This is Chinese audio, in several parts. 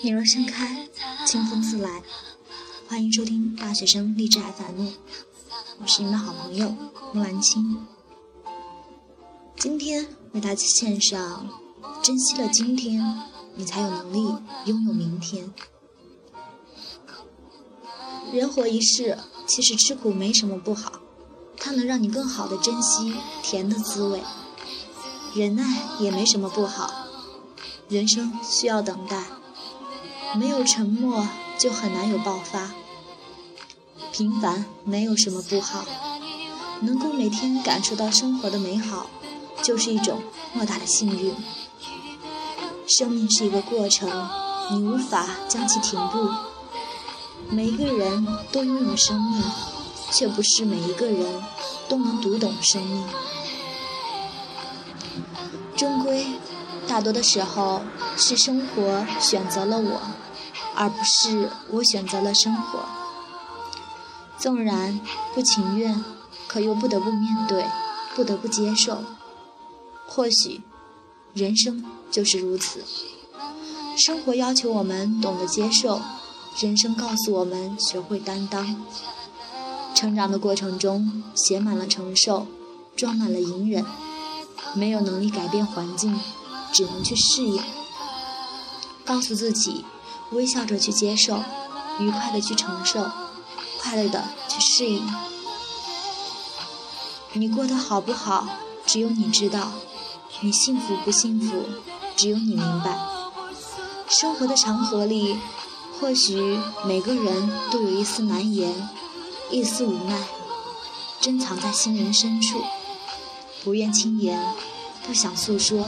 你若盛开，清风自来。欢迎收听大学生励志 FM， 我是你们的好朋友木兰青。今天为大家献上珍惜了今天，你才有能力拥有明天。人活一世，其实吃苦没什么不好，它能让你更好地珍惜甜的滋味。忍耐也没什么不好，人生需要等待，没有沉默就很难有爆发。平凡没有什么不好，能够每天感受到生活的美好，就是一种莫大的幸运。生命是一个过程，你无法将其停步。每一个人都拥有生命，却不是每一个人都能读懂生命。终归大多的时候是生活选择了我，而不是我选择了生活。纵然不情愿，可又不得不面对，不得不接受。或许人生就是如此，生活要求我们懂得接受，人生告诉我们学会担当。成长的过程中写满了承受，装满了隐忍，没有能力改变环境，只能去适应。告诉自己，微笑着去接受，愉快地去承受，快乐地去适应。你过得好不好，只有你知道；你幸福不幸福，只有你明白。生活的长河里，或许每个人都有一丝难言，一丝无奈，珍藏在心灵深处，不愿轻言，不想诉说。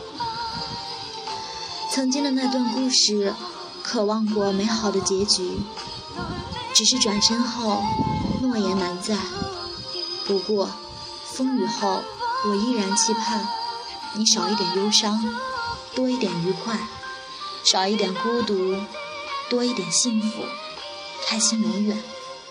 曾经的那段故事，渴望过美好的结局，只是转身后诺言难再。不过风雨后，我依然期盼你少一点忧伤，多一点愉快，少一点孤独，多一点幸福，开心永远。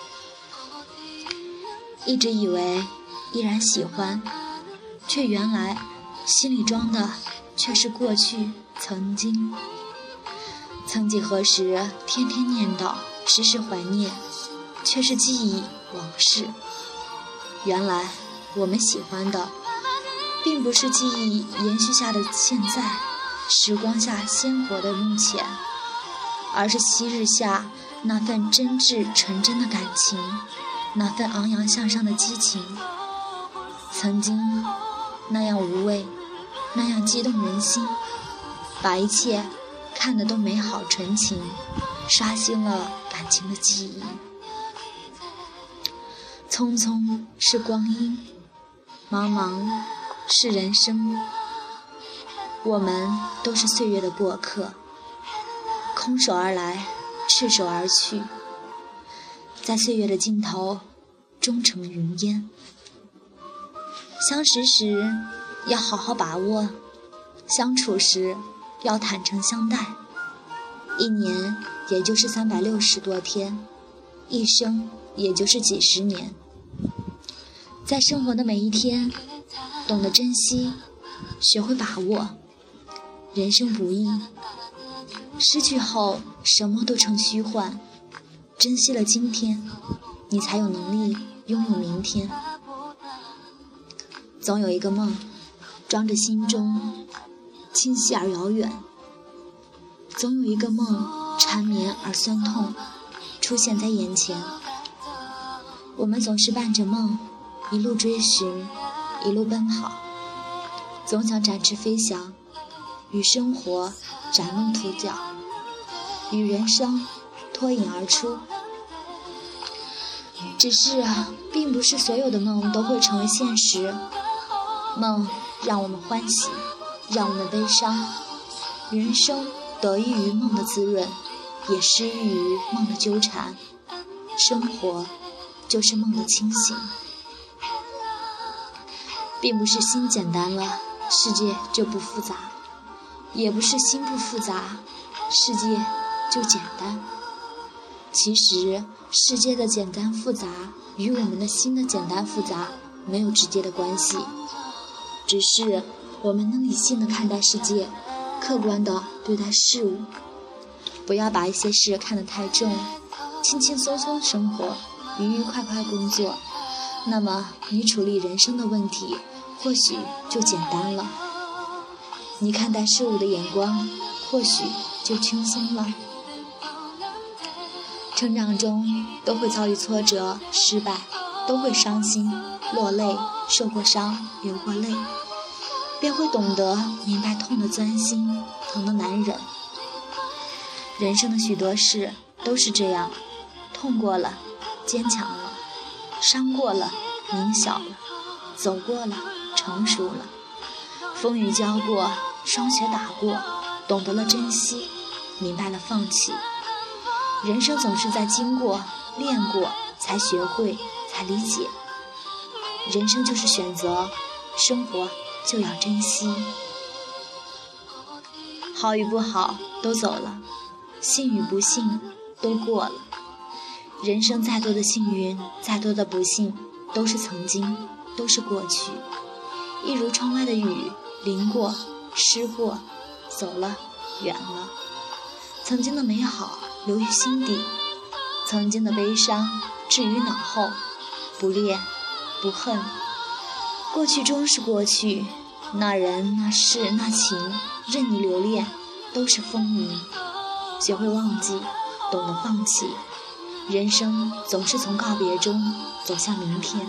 一直以为依然喜欢，却原来心里装的却是过去曾经。曾几何时，天天念叨，时时怀念，却是记忆往事。原来我们喜欢的并不是记忆延续下的现在，时光下鲜活的目前，而是昔日下那份真挚纯真的感情，那份昂扬向上的激情。曾经那样无畏，那样激动人心，把一切看得都美好纯情，刷新了感情的记忆。匆匆是光阴，茫茫是人生，我们都是岁月的过客，空手而来，赤手而去，在岁月的尽头终成云烟。相识时要好好把握，相处时要坦诚相待。一年也就是360多天，一生也就是几十年。在生活的每一天，懂得珍惜，学会把握。人生不易，失去后什么都成虚幻。珍惜了今天，你才有能力拥有明天。总有一个梦，装着心中清晰而遥远。总有一个梦，缠绵而酸痛，出现在眼前。我们总是伴着梦，一路追寻，一路奔跑，总想展翅飞翔，与生活展露图脚，与人生脱颖而出。只是并不是所有的梦都会成为现实。梦让我们欢喜，让我们悲伤，人生得益于梦的滋润，也失益于梦的纠缠。生活就是梦的清醒。并不是心简单了，世界就不复杂，也不是心不复杂，世界就简单。其实世界的简单复杂与我们的心的简单复杂没有直接的关系，只是我们能理性的看待世界，客观的对待事物。 不要把一些事看得太重，轻轻松松生活，愉愉快快工作，那么你处理人生的问题或许就简单了，你看待事物的眼光或许就轻松了。成长中都会遭遇挫折、失败，都会伤心、落泪、受过伤、流过泪，便会懂得明白痛的钻心，疼的难忍。人生的许多事都是这样，痛过了，坚强了；伤过了，明晓了；走过了，成熟了；风雨浇过，霜雪打过，懂得了珍惜，明白了放弃。人生总是在经过、练过，才学会，才理解。人生就是选择，生活就要珍惜。好与不好都走了，幸与不幸都过了。人生再多的幸运，再多的不幸，都是曾经，都是过去。一如窗外的雨，淋过，湿过，走了，远了。曾经的美好留于心底，曾经的悲伤置于脑后，不恋不恨。过去终是过去，那人那事那情，任你留恋，都是风云。学会忘记，懂得放弃，人生总是从告别中走向明天。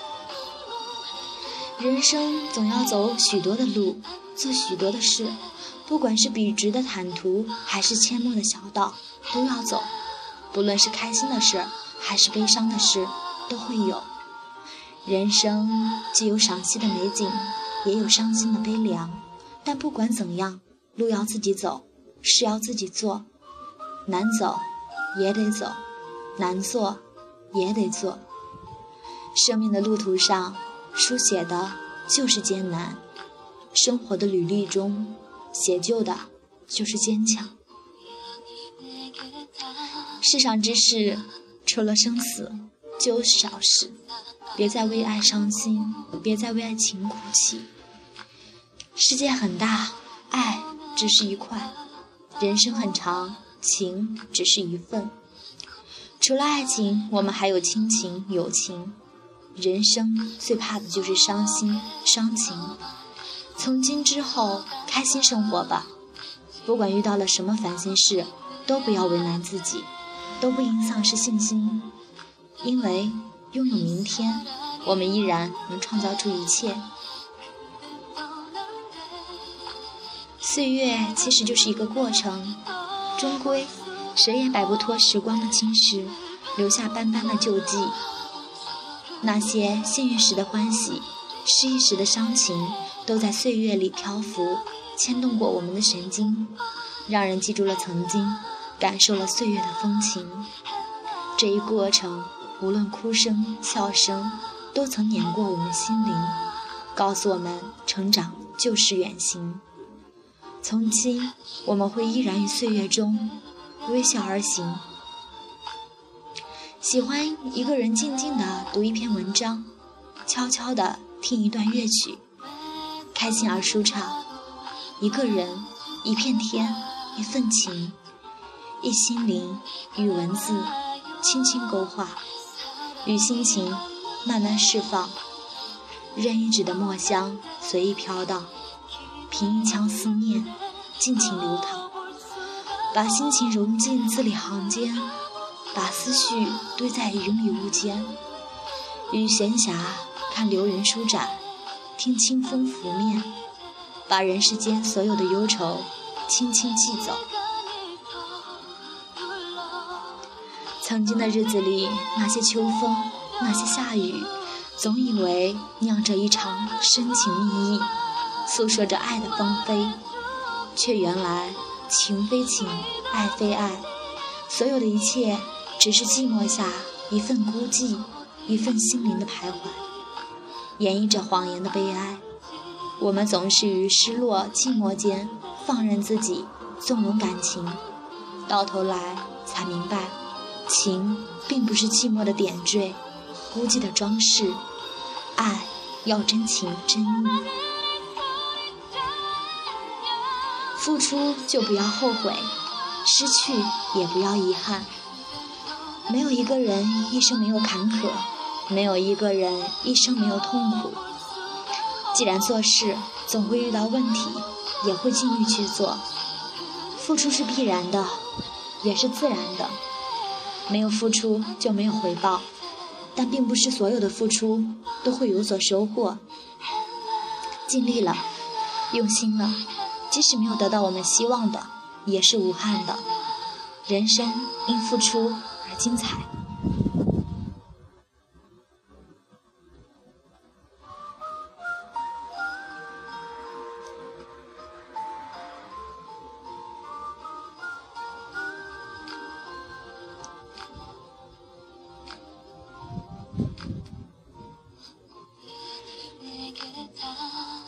人生总要走许多的路，做许多的事，不管是笔直的坦途，还是阡陌的小道，都要走。不论是开心的事，还是悲伤的事，都会有。人生既有赏析的美景，也有伤心的悲凉，但不管怎样，路要自己走，事要自己做，难走也得走，难做也得做。生命的路途上书写的就是艰难，生活的履历中写就的就是坚强。世上之事，除了生死就是小事，别再为爱伤心，别再为爱情哭泣。世界很大，爱只是一块；人生很长，情只是一份。除了爱情，我们还有亲情、友情。人生最怕的就是伤心、伤情。从今之后，开心生活吧。不管遇到了什么烦心事，都不要为难自己，都不应丧失信心。因为拥有明天，我们依然能创造出一切。岁月其实就是一个过程，终归谁也摆不脱时光的侵蚀，留下斑斑的旧迹。那些幸运时的欢喜，失意时的伤情，都在岁月里漂浮，牵动过我们的神经，让人记住了曾经，感受了岁月的风情。这一过程，无论哭声笑声，都曾碾过我们心灵，告诉我们成长就是远行。从今我们会依然于岁月中微笑而行。喜欢一个人静静地读一篇文章，悄悄地听一段乐曲，开心而舒畅。一个人，一片天，一份情，一心灵与文字轻轻勾画，与心情慢慢释放，任一纸的墨香随意飘荡，凭一腔思念尽情流淌，把心情融进字里行间，把思绪堆在云里雾间，与闲暇看流云舒展，听清风拂面，把人世间所有的忧愁轻轻寄走。曾经的日子里，那些秋风，那些夏雨，总以为酿着一场深情蜜意，诉说着爱的芳菲，却原来情非情，爱非爱，所有的一切只是寂寞下一份孤寂，一份心灵的徘徊，演绎着谎言的悲哀。我们总是于失落寂寞间放任自己，纵容感情，到头来才明白，情并不是寂寞的点缀，孤寂的装饰，爱要真情真意。付出就不要后悔， 失去也不要遗憾。没有一个人一生没有坎坷，没有一个人一生没有痛苦。既然做事总会遇到问题，也会尽力去做。付出是必然的，也是自然的。没有付出就没有回报，但并不是所有的付出都会有所收获。尽力了，用心了，即使没有得到我们希望的，也是无憾的。人生因付出而精彩。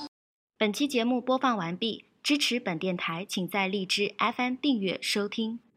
本期节目播放完毕，支持本电台，请在荔枝 FM 订阅收听。